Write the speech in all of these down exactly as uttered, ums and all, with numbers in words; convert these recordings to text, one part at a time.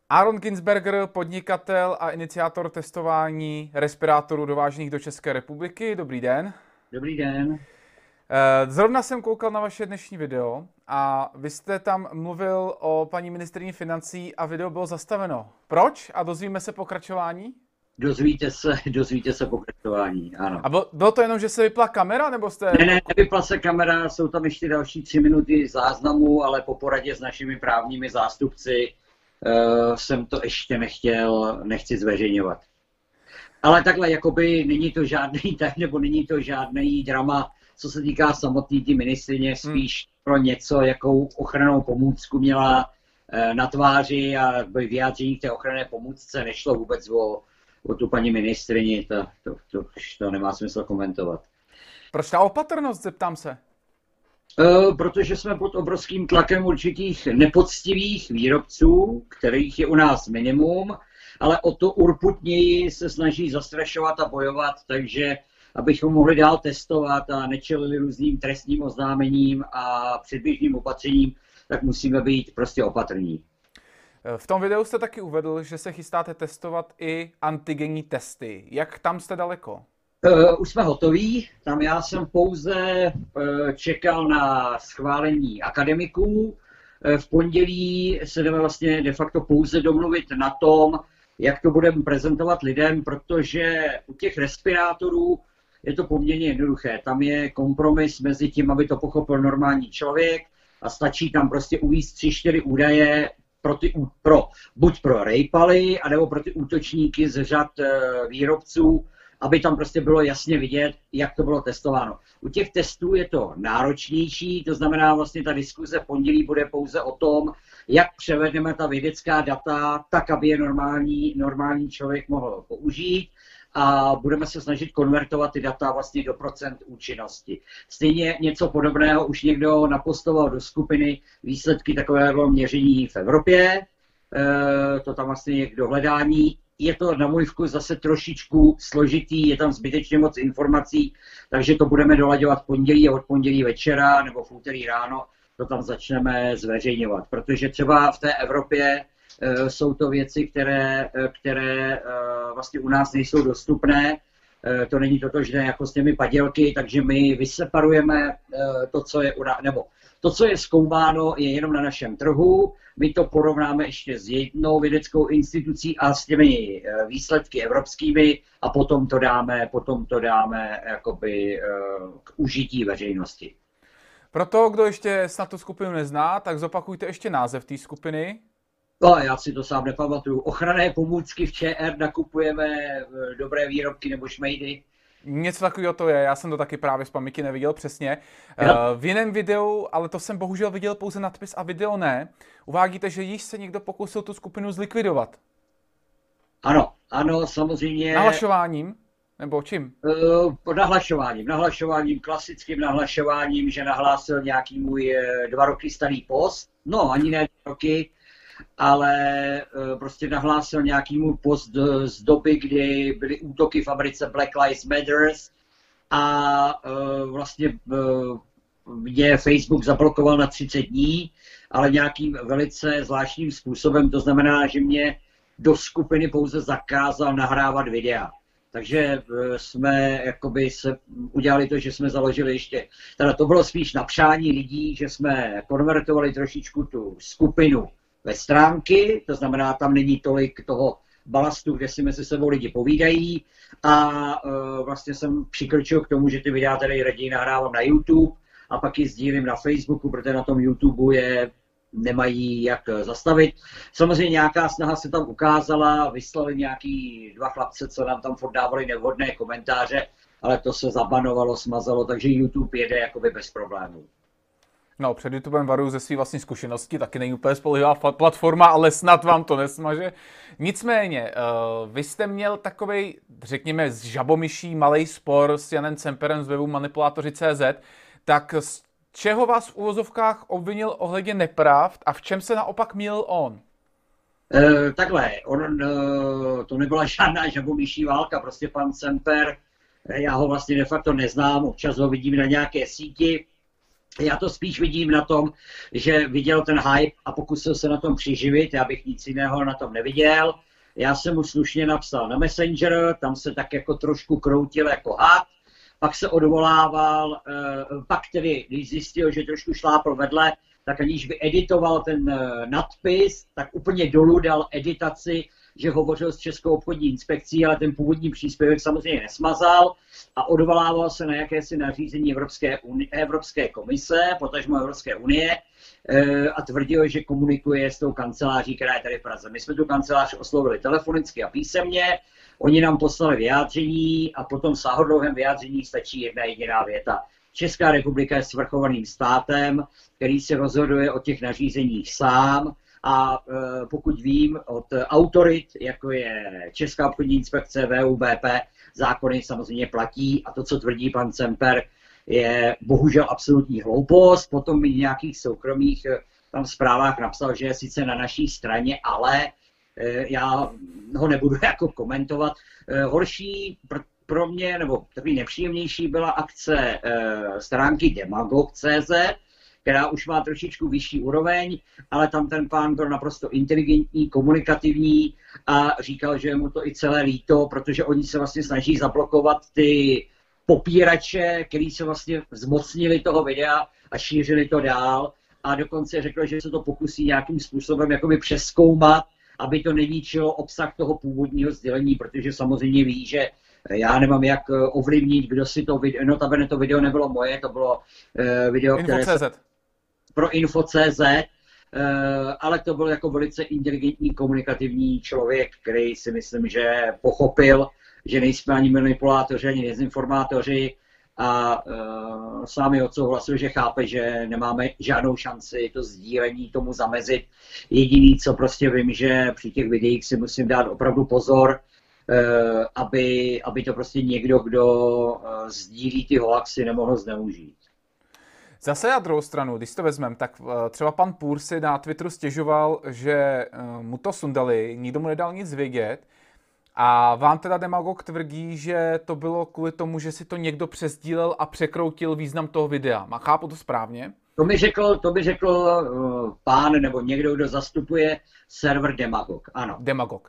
Aaron Ginsberger, podnikatel a iniciátor testování respirátorů dovážených do České republiky. Dobrý den. Dobrý den. Eh, Zrovna jsem koukal na vaše dnešní video a vy jste tam mluvil o paní ministryni financí a video bylo zastaveno. Proč? A dozvíme se pokračování? Dozvíte se, dozvíte se pokračování, ano. A bylo, bylo to jenom, že se vypla kamera, nebo jste... Ne, ne, nevypla se kamera, jsou tam ještě další tři minuty záznamu, ale po poradě s našimi právními zástupci uh, jsem to ještě nechtěl, nechci zveřejňovat. Ale takhle, jakoby není to žádný, nebo není to žádný drama, co se týká samotný ty ministryně, spíš hmm. pro něco, jakou ochrannou pomůcku měla uh, na tváři a vyjádření k té ochranné pomůcce nešlo vůbec o o tu paní ministryni, to, to, to, to nemá smysl komentovat. Proč ta opatrnost, zeptám se? E, protože jsme pod obrovským tlakem určitých nepoctivých výrobců, kterých je u nás minimum, ale o to urputněji se snaží zastrašovat a bojovat, takže abychom mohli dál testovat a nečelili různým trestním oznámením a předběžným opatřením, tak musíme být prostě opatrní. V tom videu jste taky uvedl, že se chystáte testovat i antigenní testy. Jak tam jste daleko? Uh, už jsme hotoví. Tam já jsem pouze uh, čekal na schválení akademiků. Uh, v pondělí se jdeme vlastně de facto pouze domluvit na tom, jak to budeme prezentovat lidem, protože u těch respirátorů je to poměrně jednoduché. Tam je kompromis mezi tím, aby to pochopil normální člověk a stačí tam prostě uvést tři, čtyři údaje, Pro ty, pro, buď pro rejpaly, anebo pro ty útočníky z řad e, výrobců, aby tam prostě bylo jasně vidět, jak to bylo testováno. U těch testů je to náročnější, to znamená vlastně ta diskuze v pondělí bude pouze o tom, jak převedeme ta vědecká data tak, aby je normální, normální člověk mohl použít a budeme se snažit konvertovat ty data vlastně do procent účinnosti. Stejně něco podobného už někdo napostoval do skupiny výsledky takového měření v Evropě, e, to tam vlastně je k dohledání. Je to na můj vkus zase trošičku složitý, je tam zbytečně moc informací, takže to budeme dolaďovat v pondělí a od pondělí večera nebo v úterý ráno to tam začneme zveřejňovat, protože třeba v té Evropě jsou to věci, které, které vlastně u nás nejsou dostupné. To není totožné jako s těmi padělky, takže my vyseparujeme to, co je, nebo to, co je zkoumáno, je jenom na našem trhu. My to porovnáme ještě s jednou vědeckou institucí a s těmi výsledky evropskými a potom to dáme, potom to dáme jakoby k užití veřejnosti. Pro to, kdo ještě snad tu skupinu nezná, tak zopakujte ještě název té skupiny. No, já si to sám nepamatuju. Ochranné pomůcky v ČR nakupujeme dobré výrobky nebo šmejdy. Něco takového to je, já jsem to taky právě z paměti neviděl přesně. Ja. V jiném videu, ale to jsem bohužel viděl pouze nadpis a video ne, uvádíte, že již se někdo pokusil tu skupinu zlikvidovat. Ano, ano, samozřejmě. Nahlašováním? Nebo čím? Uh, nahlašováním, nahlašováním, klasickým nahlašováním, že nahlásil nějaký můj dva roky starý post, no ani ne dva roky, ale uh, prostě nahlásil nějaký můj post z doby, kdy byly útoky v Americe Black Lives Matter a uh, vlastně uh, mě Facebook zablokoval na třicet dní, ale nějakým velice zvláštním způsobem, to znamená, že mě do skupiny pouze zakázal nahrávat videa. Takže jsme jakoby se udělali to, že jsme založili ještě, teda to bylo spíš na přání lidí, že jsme konvertovali trošičku tu skupinu ve stránky, to znamená, tam není tolik toho balastu, kde si mezi sebou lidi povídají a uh, vlastně jsem přikročil k tomu, že ty videa tady raději nahrávám na YouTube a pak ji sdílím na Facebooku, protože na tom YouTube je nemají jak zastavit. Samozřejmě nějaká snaha se tam ukázala, vyslali nějaký dva chlapce, co nám tam furt dávali nevhodné komentáře, ale to se zabanovalo, smazalo, takže YouTube jede jakoby bez problémů. No, před YouTubem varuju ze své vlastní zkušenosti, taky není úplně spolehlivá platforma, ale snad vám to nesmaže. Nicméně, vy jste měl takovej, řekněme, žabomyší malej spor s Janem Cemperem z webu manipulátoři tečka cé zet, tak čeho vás v uvozovkách obvinil ohledně nepravd a v čem se naopak mýlil on? E, takhle, on, e, to nebyla žádná žabomyší válka, prostě pan Cemper, já ho vlastně de facto neznám, občas ho vidím na nějaké síti, Já to spíš vidím na tom, že viděl ten hype a pokusil se na tom přiživit, já bych nic jiného na tom neviděl. Já jsem mu slušně napsal na Messenger, tam se tak jako trošku kroutil jako had, pak se odvolával, pak tedy, když zjistil, že trošku šlápl vedle, tak aniž by editoval ten nadpis, tak úplně dolů dal editaci, že hovořil s Českou obchodní inspekcí, ale ten původní příspěvek samozřejmě nesmazal a odvolával se na jakési nařízení Evropské, unie, Evropské komise, potažmo Evropské unie a tvrdil, že komunikuje s tou kanceláří, která je tady v Praze. My jsme tu kancelář oslovili telefonicky a písemně, oni nám poslali vyjádření a potom v sáhodlouhém vyjádření stačí jedna jediná věta. Česká republika je svrchovaným státem, který se rozhoduje o těch nařízeních sám a e, pokud vím od autorit, jako je Česká obchodní inspekce, V U B P, zákony samozřejmě platí a to, co tvrdí pan Cemper, je bohužel absolutní hloupost. Potom mi v nějakých soukromých tam zprávách napsal, že je sice na naší straně, ale e, já ho nebudu jako komentovat. E, horší pr- pro mě, nebo takový nepříjemnější byla akce e, stránky demagog tečka cé zet, která už má trošičku vyšší úroveň, ale tam ten pán byl naprosto inteligentní, komunikativní a říkal, že je mu to i celé líto, protože oni se vlastně snaží zablokovat ty popírače, který se vlastně zmocnili toho videa a šířili to dál a dokonce řekl, že se to pokusí nějakým způsobem jakoby přezkoumat, aby to neníčilo obsah toho původního sdělení, protože samozřejmě ví, že já nemám jak ovlivnit, kdo si to video, notabene to video nebylo moje, to bylo uh, video, Info které se, pro Info tečka cé zet, uh, ale to byl jako velice inteligentní, komunikativní člověk, který si myslím, že pochopil, že nejsme ani manipulátoři, ani dezinformátoři a uh, sám mi odsouhlasil, že chápe, že nemáme žádnou šanci to sdílení tomu zamezit. Jediný, co prostě vím, že při těch videích si musím dát opravdu pozor, Uh, aby, aby to prostě někdo, kdo uh, sdílí ty hoaxy, nemohl zneužít. Zase na druhou stranu, když to vezmeme, tak uh, třeba pan Půr si na Twitteru stěžoval, že uh, mu to sundali, nikdo mu nedal nic vědět a vám teda demagog tvrdí, že to bylo kvůli tomu, že si to někdo přesdílel a překroutil význam toho videa. Má chápu to správně? To mi řekl, to mi řekl uh, pán nebo někdo, kdo zastupuje server Demagog, ano. Demagog.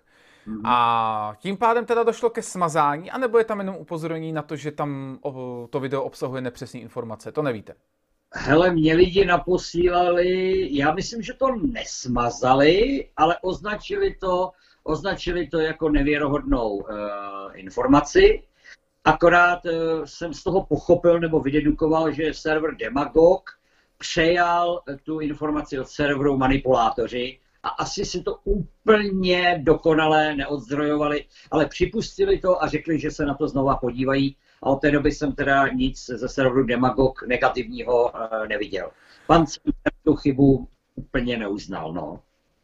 A tím pádem teda došlo ke smazání, anebo je tam jenom upozornění na to, že tam to video obsahuje nepřesné informace? To nevíte. Hele, mě lidi naposílali, já myslím, že to nesmazali, ale označili to, označili to jako nevěrohodnou uh, informaci. Akorát uh, jsem z toho pochopil nebo vydedukoval, že server Demagog přejal tu informaci od serveru manipulátoři, a asi si to úplně dokonale neodzdrojovali, ale připustili to a řekli, že se na to znova podívají. A od té doby jsem teda nic ze serveru Demagog negativního uh, neviděl. Pan Cemper tu chybu úplně neuznal, no.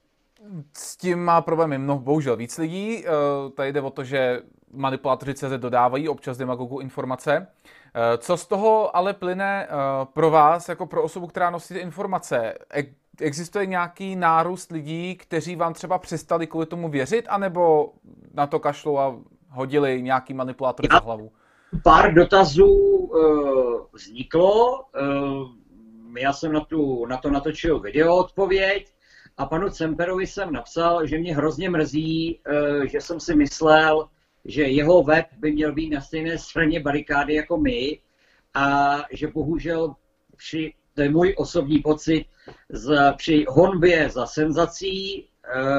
S tím má problémy mnoho, bohužel víc lidí. Tady jde o to, že manipulátoři C Z dodávají občas Demagogu informace. Co z toho ale plyne pro vás, jako pro osobu, která nosí informace? Existuje nějaký nárůst lidí, kteří vám třeba přestali kvůli tomu věřit, anebo na to kašlou a hodili nějaký manipulátory za hlavu? Pár dotazů uh, vzniklo. Uh, já jsem na, tu, na to natočil video odpověď a panu Cemperovi jsem napsal, že mě hrozně mrzí, uh, že jsem si myslel, že jeho web by měl být na stejné straně barikády jako my a že bohužel při, to je můj osobní pocit, z, při honbě za senzací e,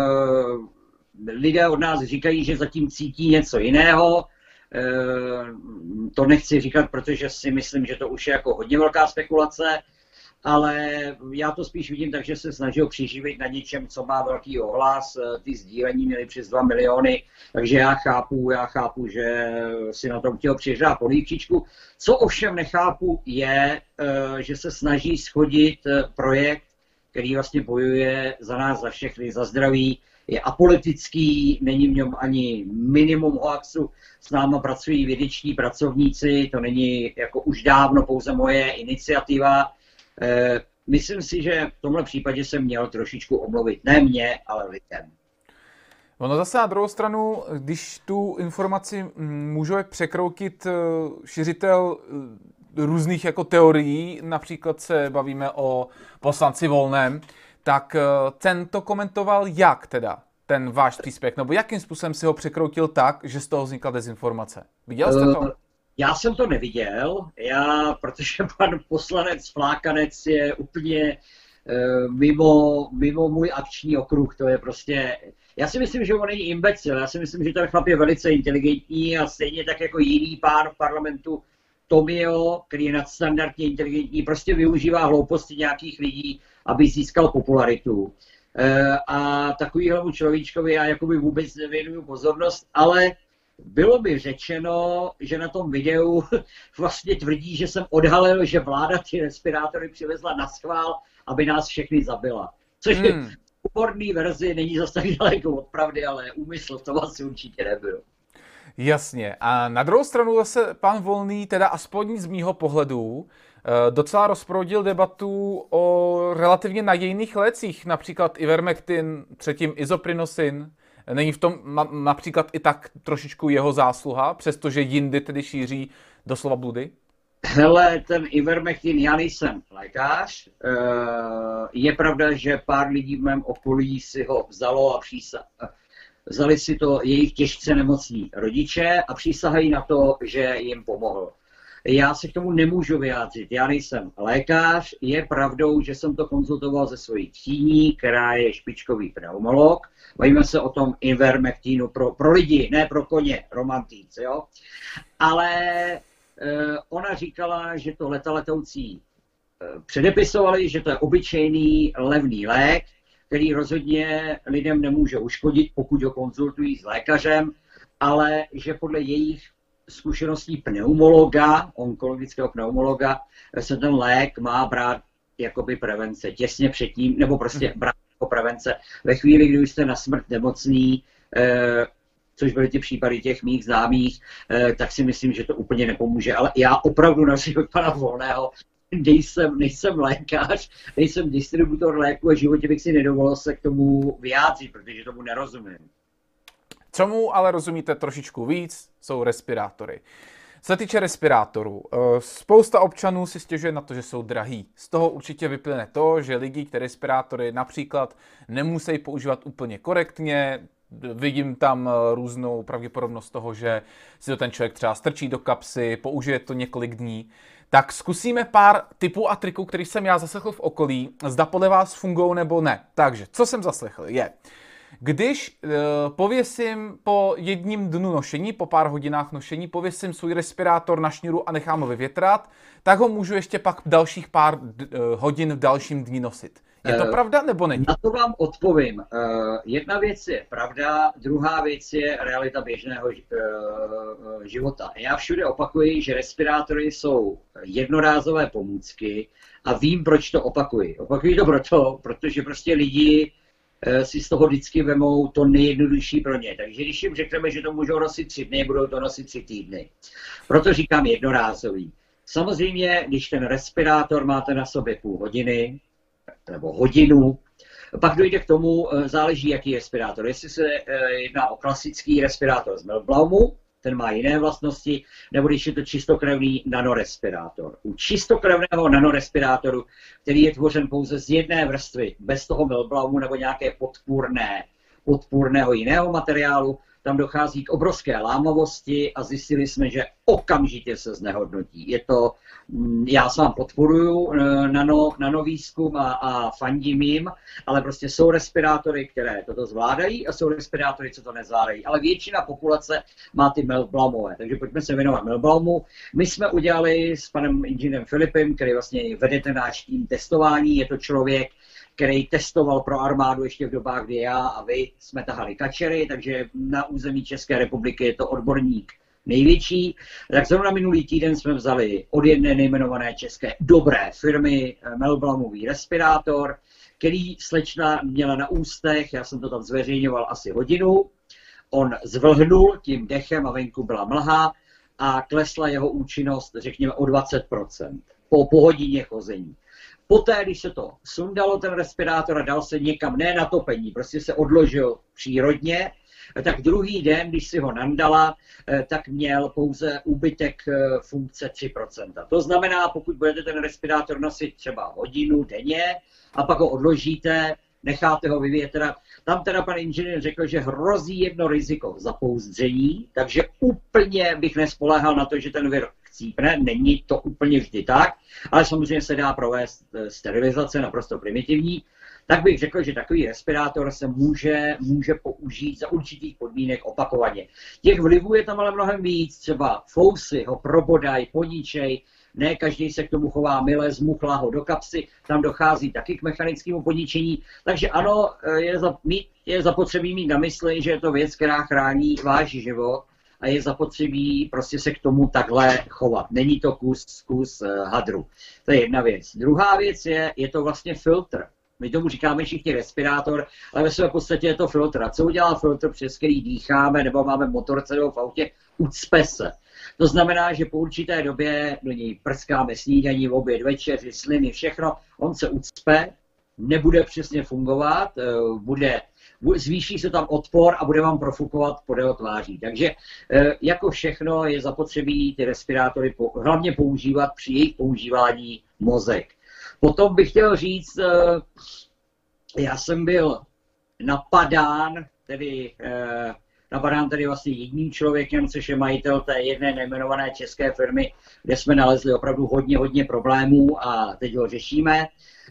lidé od nás říkají, že zatím cítí něco jiného. E, to nechci říkat, protože si myslím, že to už je jako hodně velká spekulace, ale já to spíš vidím tak, že se snažil přiživit na něčem, co má velký ohlas. Ty sdílení měly přes dva miliony, takže já chápu, já chápu, že si na tom chtěl přihrát polívčičku. Co ovšem nechápu je, že se snaží shodit projekt, který vlastně bojuje za nás, za všechny, za zdraví, je apolitický, není v něm ani minimum hoaxu, s náma pracují vědeční pracovníci, to není jako už dávno pouze moje iniciativa. Myslím si, že v tomhle případě jsem měl trošičku omluvit, ne mě, ale lidem. Ono zase na druhou stranu, když tu informaci může překroutit šiřitel různých jako teorií, například se bavíme o poslanci Volném, tak ten to komentoval jak teda, ten váš příspěvek, nebo jakým způsobem si ho překroutil tak, že z toho vznikla dezinformace? Viděl jste to? Uh, já jsem to neviděl, já, protože pan poslanec Flákanec je úplně uh, mimo, mimo můj akční okruh, to je prostě... Já si myslím, že on není imbecil, já si myslím, že ten chlap je velice inteligentní a stejně tak jako jiný pán v parlamentu Tomio, který je nadstandardně inteligentní, prostě využívá hlouposti nějakých lidí, aby získal popularitu. A takovýhlemu človíčkovi já jakoby vůbec nevěnuju pozornost, ale bylo mi řečeno, že na tom videu vlastně tvrdí, že jsem odhalil, že vláda ty respirátory přivezla naschvál, aby nás všechny zabila. Což hmm. v humorný verzi není zase tak daleko od pravdy, ale úmysl v tom asi určitě nebyl. Jasně. A na druhou stranu zase pan Volný, teda aspoň z mýho pohledu, docela rozproudil debatu o relativně nadějných lécích, například Ivermectin, třetím Isoprinosin. Není v tom například i tak trošičku jeho zásluha, přestože jindy tedy šíří doslova bludy? Hele, ten Ivermectin, já nejsem lékař. Je pravda, že pár lidí v mém okolí si ho vzalo a přísa. Vzali si to jejich těžce nemocní rodiče a přísahají na to, že jim pomohl. Já se k tomu nemůžu vyjádřit, já nejsem lékař, je pravdou, že jsem to konzultoval se svojí tchýní, která je špičkový pneumolog. Bavíme se o tom Ivermectinu pro, pro lidi, ne pro koně, romantíc, jo. Ale e, ona říkala, že to letaletoucí e, předepisovali, že to je obyčejný levný lék, který rozhodně lidem nemůže uškodit, pokud ho konzultují s lékařem, ale že podle jejich zkušeností pneumologa, onkologického pneumologa, se ten lék má brát jakoby prevence, těsně předtím, nebo prostě brát jako prevence. Ve chvíli, kdy už jste na smrt nemocný, eh, což byly ty případy těch mých známých, eh, tak si myslím, že to úplně nepomůže. Ale já opravdu na od pana Volného nejsem, nejsem lékař, nejsem distributor léku a v životě bych si nedovolil se k tomu vyjádřit, protože tomu nerozumím. Čemu ale rozumíte trošičku víc, jsou respirátory. Co se týče respirátorů, spousta občanů si stěžuje na to, že jsou drahý. Z toho určitě vyplyne to, že lidi, které respirátory například nemusí používat úplně korektně, vidím tam různou pravděpodobnost toho, že si to ten člověk třeba strčí do kapsy, použije to několik dní. Tak zkusíme pár tipů a triků, který jsem já zaslechl v okolí, zda podle vás fungují nebo ne. Takže, co jsem zaslechl je, když uh, pověsím po jedním dnu nošení, po pár hodinách nošení, pověsím svůj respirátor na šňůru a nechám ho vyvětrat, tak ho můžu ještě pak dalších pár uh, hodin v dalším dni nosit. Je to uh, pravda nebo není? Na to vám odpovím. Uh, jedna věc je pravda, druhá věc je realita běžného uh, života. Já všude opakuji, že respirátory jsou jednorázové pomůcky a vím, proč to opakuji. Opakuji to proto, protože prostě lidi si z toho vždycky vemou to nejjednodušší pro ně. Takže když jim řekneme, že to můžou nosit tři dny, budou to nosit tři týdny. Proto říkám jednorázový. Samozřejmě, když ten respirátor máte na sobě půl hodiny, nebo hodinu, pak dojde k tomu, záleží, jaký respirátor. Jestli se jedná o klasický respirátor z Melblaumu, ten má jiné vlastnosti, nebo když je to čistokrevný nanorespirátor. U čistokrevného nanorespirátoru, který je tvořen pouze z jedné vrstvy, bez toho Melblaumu nebo nějaké podpůrné, podpůrného jiného materiálu, tam dochází k obrovské lámavosti a zjistili jsme, že okamžitě se znehodnotí. Je to, já sám podporuju nano, nanovýzkum a, a fandím jim, ale prostě jsou respirátory, které toto zvládají a jsou respirátory, co to nezvládají. Ale většina populace má ty Melblaumové, takže pojďme se věnovat Melblaumu. My jsme udělali s panem inženýrem Filipem, který vlastně vede ten náš tým testování, je to člověk, který testoval pro armádu ještě v dobách, kdy já a vy jsme tahali kačery, takže na území České republiky je to odborník největší. Tak zrovna minulý týden jsme vzali od jedné nejmenované české dobré firmy Melblaumový respirátor, který slečna měla na ústech, já jsem to tam zveřejňoval asi hodinu. On zvlhnul tím dechem a venku byla mlha a klesla jeho účinnost, řekněme, o dvacet procent po, po hodině chození. Poté, když se to sundalo, ten respirátor, a dal se někam, ne na topení, prostě se odložil přírodně, tak druhý den, když si ho nandala, tak měl pouze úbytek funkce tři procenta. To znamená, pokud budete ten respirátor nosit třeba hodinu denně a pak ho odložíte, necháte ho vyvětrat. Tam teda pan inženýr řekl, že hrozí jedno riziko zapouzdření, takže úplně bych nespoléhal na to, že ten vir chcípne, není to úplně vždy tak, ale samozřejmě se dá provést sterilizace, naprosto primitivní. Tak bych řekl, že takový respirátor se může, může použít za určitých podmínek opakovaně. Těch vlivů je tam ale mnohem víc, třeba fousy ho probodají, poníčej, ne každý se k tomu chová mile, zmuchlá ho do kapsy, tam dochází taky k mechanickému poničení. Takže ano, je, za, je zapotřebí mít na mysli, že je to věc, která chrání váš život a je zapotřebí prostě se k tomu takhle chovat. Není to kus, kus hadru. To je jedna věc. Druhá věc je, je to vlastně filtr. My tomu říkáme všichni respirátor, ale ve své podstatě je to filtr. A co udělá filtr, přes který dýcháme, nebo máme v motorce nebo v autě? Ucpe se. To znamená, že po určité době do něj prskáme snídaní, oběd, večeři, sliny, všechno. On se ucpe, nebude přesně fungovat, bude, zvýší se tam odpor a bude vám profukovat podél tváří. Takže jako všechno je zapotřebí ty respirátory hlavně používat při jejich používání mozek. Potom bych chtěl říct, já jsem byl napadán, tedy napadán tedy vlastně jedním člověkem, což je majitel té jedné nejmenované české firmy, kde jsme nalezli opravdu hodně, hodně problémů a teď ho řešíme,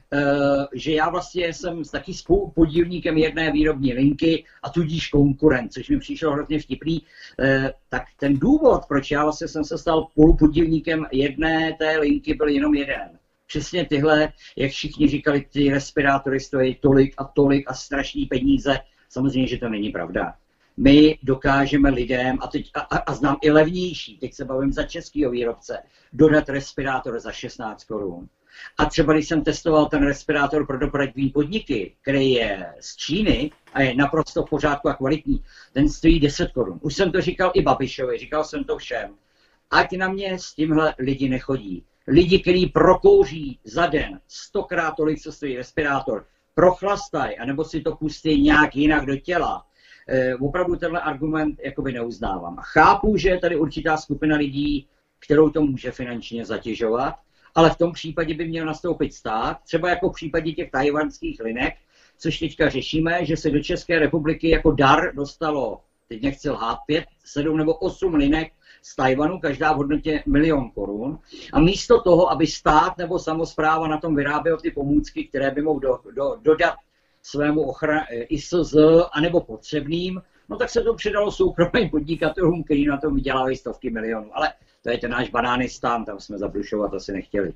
že já vlastně jsem taky spolupodílníkem jedné výrobní linky a tudíž konkurent, což mi přišlo hrozně vtipný. Tak ten důvod, proč já vlastně jsem se stal spolupodílníkem jedné té linky, byl jenom jeden. Přesně tyhle, jak všichni říkali, ty respirátory stojí tolik a tolik a strašný peníze. Samozřejmě, že to není pravda. My dokážeme lidem, a, teď, a, a znám i levnější, teď se bavím za českého výrobce, dodat respirátor za šestnáct korun. A třeba když jsem testoval ten respirátor pro dopravní podniky, který je z Číny a je naprosto v pořádku a kvalitní, ten stojí deset korun. Už jsem to říkal i Babišovi, říkal jsem to všem. Ať na mě s tímhle lidi nechodí. Lidi, kteří prokouří za den stokrát tolik, co stojí respirátor, prochlastají, anebo si to pustí nějak jinak do těla, e, opravdu tenhle argument jakoby neuznávám. A chápu, že je tady určitá skupina lidí, kterou to může finančně zatěžovat, ale v tom případě by měl nastoupit stát, třeba jako v případě těch tajvanských linek, což teďka řešíme, že se do České republiky jako dar dostalo, teď nechci lhát, pět, sedm nebo osm linek z Tajvanu, každá v hodnotě milion korun. A místo toho, aby stát nebo samospráva na tom vyráběl ty pomůcky, které by mohl do, do, dodat svému ochran- I S Z anebo potřebným, no tak se to předalo soukromým podnikatelům, kteří na tom vydělávají stovky milionů. Ale to je ten náš banánistán, tam jsme zabrušovat asi nechtěli.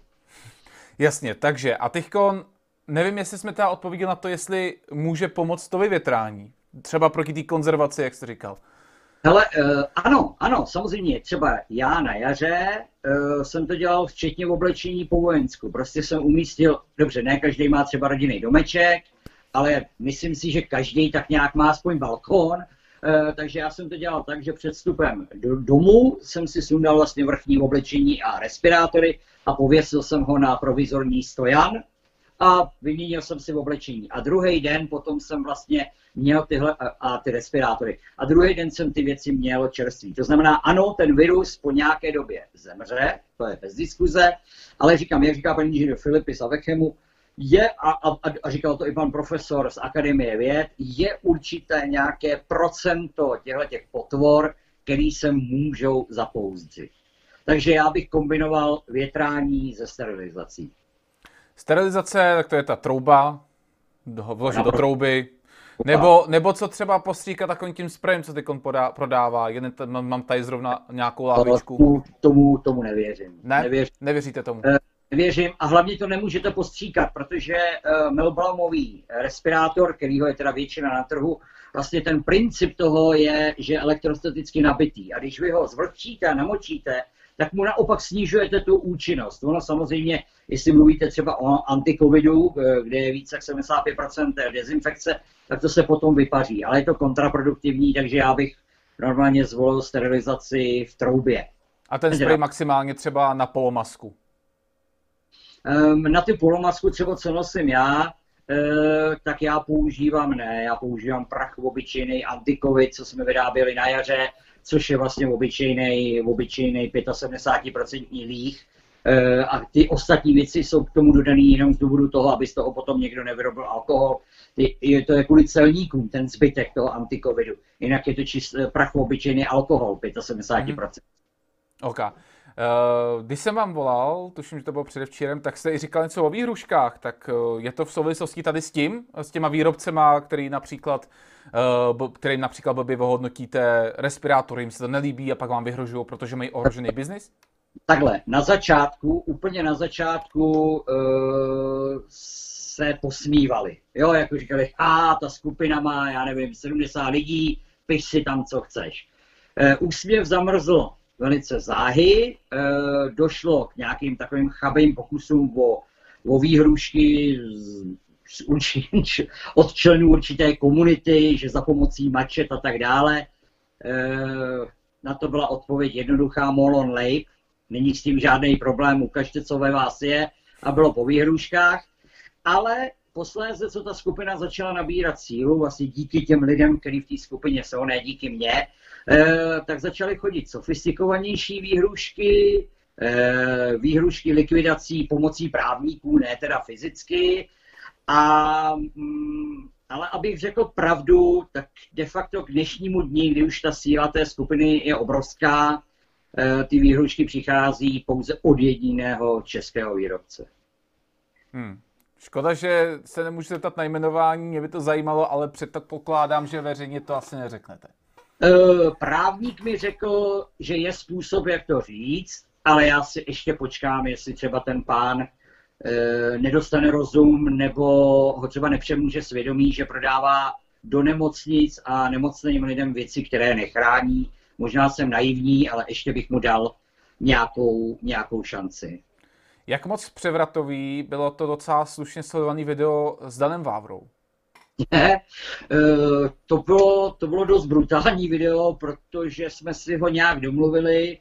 Jasně, takže a teďko, nevím, jestli jsme teda odpověděli na to, jestli může pomoct to vyvětrání. Třeba proti té konzervaci, jak jsi říkal. Hele, uh, ano, ano, samozřejmě, třeba já na jaře uh, jsem to dělal včetně v oblečení po vojensku. Prostě jsem umístil, dobře, ne každý má třeba rodinný domeček, ale myslím si, že každý tak nějak má aspoň balkón, uh, takže já jsem to dělal tak, že před vstupem do domu jsem si sundal vlastně vrchní oblečení a respirátory a pověsil jsem ho na provizorní stojan a vyměnil jsem si v oblečení. A druhý den potom jsem vlastně měl tyhle a, a ty respirátory. A druhý den jsem ty věci měl čerství. To znamená, ano, ten virus po nějaké době zemře, to je bez diskuze, ale říkám, jak říká paní inženýr Filipy z Avechemu, je, a, a, a říkal to i pan profesor z Akademie věd, je určité nějaké procento těchto potvor, který se můžou zapouzdřit. Takže já bych kombinoval větrání se sterilizací. Sterilizace, tak to je ta trouba, vložit do trouby, nebo, nebo co třeba postříkat takovým tím sprejem, co teď prodává. Jeden, mám tady zrovna nějakou láhvičku. Tomu, tomu nevěřím. Ne? Nevěřím. Nevěříte tomu? Nevěřím a hlavně to nemůžete postříkat, protože uh, Milbaumový respirátor, kterýho je teda většina na trhu, vlastně ten princip toho je, že je elektrostaticky nabitý. A když vy ho zvlhčíte a namočíte, tak mu naopak snižujete tu účinnost. Ono samozřejmě, jestli mluvíte třeba o antikovidu, kde je více jak sedmdesát pět procent dezinfekce, tak to se potom vypaří. Ale je to kontraproduktivní, takže já bych normálně zvolil sterilizaci v troubě. A ten sprej maximálně třeba na polomasku? Um, na ty polomasku třeba, co nosím já, tak já používám ne, já používám prach obyčejný anti-covid, co jsme vyráběli na jaře, což je vlastně obyčejný, obyčejný sedmdesát pět procent líh. A ty ostatní věci jsou k tomu dodaný jenom z důvodu toho, aby z toho potom někdo nevyrobil alkohol. Je to je kvůli celníkům, ten zbytek toho antikovidu. Jinak je to čist prach obyčejný alkohol, sedmdesát pět procent. Mm-hmm. OK. Když jsem vám volal, tuším, že to bylo předevčírem, tak jste i říkal něco o výhruškách, tak je to v souvislosti tady s tím, s těma výrobcema, který například, kterým například blbě ohodnotíte respirátory, jim se to nelíbí a pak vám vyhrožují, protože mají ohrožený biznis? Takhle, na začátku, úplně na začátku uh, se posmívali, jo, jako říkali, a ta skupina má, já nevím, sedmdesát lidí, piš si tam, co chceš. Uh, úsměv zamrzl velice záhy, uh, došlo k nějakým takovým chabým pokusům o, o výhrušky z, z určitě, od členů určité komunity, že za pomocí mačet a tak dále. Uh, na to byla odpověď jednoduchá, molon lejp. Není s tím žádný problém, ukažte, co ve vás je, a bylo po výhruškách. Ale posléze, co ta skupina začala nabírat sílu, vlastně díky těm lidem, kteří v té skupině jsou, ne díky mně, eh, tak začaly chodit sofistikovanější výhrušky, eh, výhrušky likvidací pomocí právníků, ne teda fyzicky. A, mm, ale abych řekl pravdu, tak de facto k dnešnímu dni, kdy už ta síla té skupiny je obrovská, ty výhrušky přichází pouze od jediného českého výrobce. Hmm. Škoda, že se nemůžu zeptat na jmenování, mě by to zajímalo, ale předpokládám, že veřejně to asi neřeknete. Právník mi řekl, že je způsob, jak to říct, ale já si ještě počkám, jestli třeba ten pán nedostane rozum, nebo ho třeba nepřemůže svědomí, že prodává do nemocnic a nemocným lidem věci, které nechrání. Možná jsem naivní, ale ještě bych mu dal nějakou, nějakou šanci. Jak moc převratový bylo to docela slušně sledovaný video s Danem Vávrou? Ne, to bylo, to bylo dost brutální video, protože jsme si ho nějak domluvili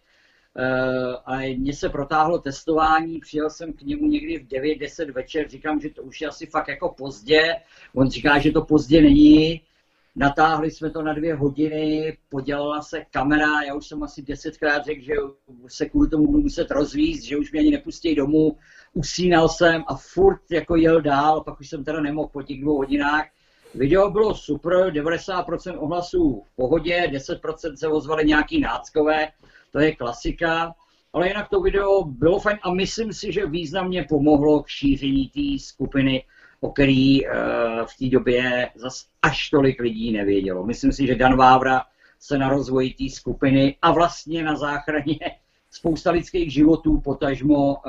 a mně se protáhlo testování, přijel jsem k němu někdy v devět deset večer, říkám, že to už je asi fakt jako pozdě, on říká, že to pozdě není. Natáhli jsme to na dvě hodiny, podělala se kamera, já už jsem asi desetkrát řekl, že se kvůli tomu budu muset rozvízt, že už mě ani nepustí domů, usínal jsem a furt jako jel dál, pak už jsem teda nemohl po těch dvou hodinách. Video bylo super, devadesát procent ohlasů v pohodě, deset procent se ozvali nějaký náckové, to je klasika, ale jinak to video bylo fajn a myslím si, že významně pomohlo k šíření té skupiny, o který uh, v té době zas až tolik lidí nevědělo. Myslím si, že Dan Vávra se na rozvoji té skupiny a vlastně na záchraně spousta lidských životů, potažmo uh,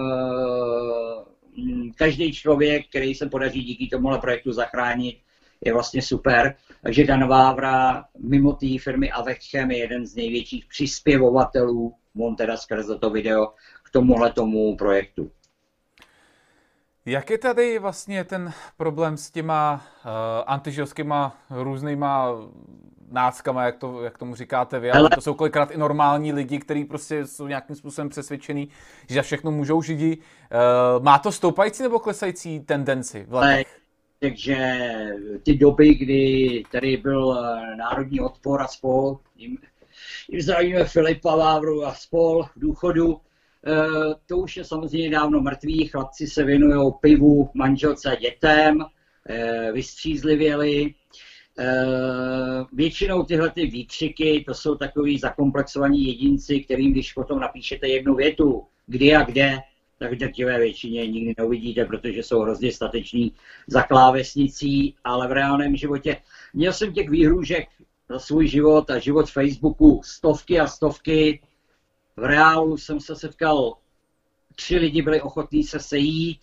každý člověk, který se podaří díky tomuhle projektu zachránit, je vlastně super. Takže Dan Vávra mimo té firmy Avechem je jeden z největších přispěvovatelů, on teda skrze to video, k tomuhle tomu projektu. Jak je tady vlastně ten problém s těma uh, antiželskýma různýma náckama, jak, to, jak tomu říkáte vy, ale to jsou kolikrát i normální lidi, kteří prostě jsou nějakým způsobem přesvědčení, že za všechno můžou židi. Uh, má to stoupající nebo klesající tendenci v letech? Takže ty doby, kdy tady byl národní odpor a spol, jim, jim zdravíme Filipa Vávru a spol v důchodu, to už je samozřejmě dávno mrtvý, chlapci se věnují pivu, manželce, dětem, vystřízlivěli. Většinou tyhle ty výkřiky, to jsou takový zakomplexovaní jedinci, kterým když potom napíšete jednu větu, kdy a kde, tak v drtivé většině nikdy neuvidíte, protože jsou hrozně stateční za klávesnicí, ale v reálném životě. Měl jsem těch výhrůžek za svůj život a život Facebooku stovky a stovky. V reálu jsem se setkal, tři lidi byli ochotní se sejít,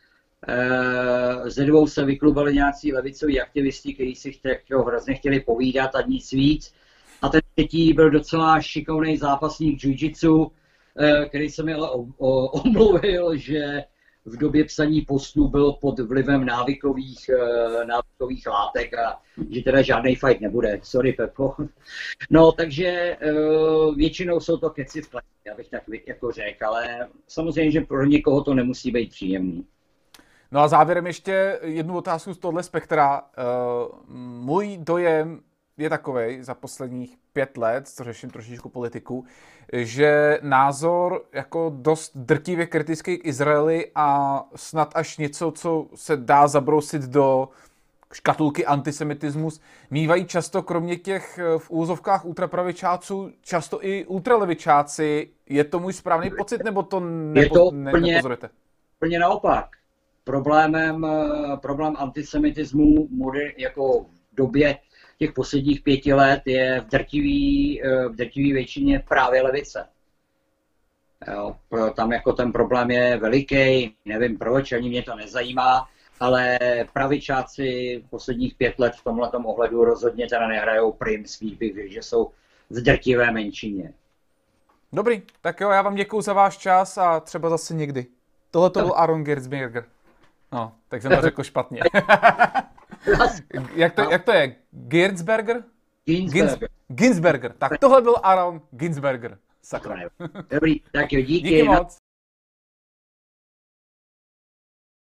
ze dvou se vyklubali nějací levicoví aktivisti, kteří si hrozně chtěli povídat a nic víc. A ten třetí byl docela šikovný zápasník jiu-jitsu, který se mi ale omluvil, že v době psaní postů byl pod vlivem návykových, návykových látek a že teda žádný fight nebude. Sorry, Pepo. No, takže většinou jsou to keci v kleci, abych tak jako řekl, ale samozřejmě, že pro někoho to nemusí být příjemný. No a závěrem ještě jednu otázku z tohle spektra. Uh, můj dojem je takovej za posledních pět let, co řeším trošičku politiku, že názor jako dost drtivě kritický k Izraeli a snad až něco, co se dá zabrousit do škatulky antisemitismus, mívají často kromě těch v úzovkách ultrapravičáců, často i ultralevičáci. Je to můj správný pocit, nebo to, nepo, je to ne, plně, nepozorujete? Plně naopak. Problémem, problém antisemitismu jako v době těch posledních pěti let je v drtivý, v drtivý většině právě levice. Jo, tam jako ten problém je veliký, nevím proč, ani mě to nezajímá, ale pravičáci posledních pět let v tomhletom ohledu rozhodně teda nehrajou prim svých bych, že jsou v drtivé menšině. Dobrý, tak jo, já vám děkuju za váš čas a třeba zase někdy. Tohle to byl Aaron Gertzberger. No, tak jsem to řekl špatně. jak, to, jak to je? Gertzberger? Ginsberger. Ginsberger. Tak tohle byl Aaron Ginsberger. Sakra. Dobrý, tak jo, díky. Díky moc.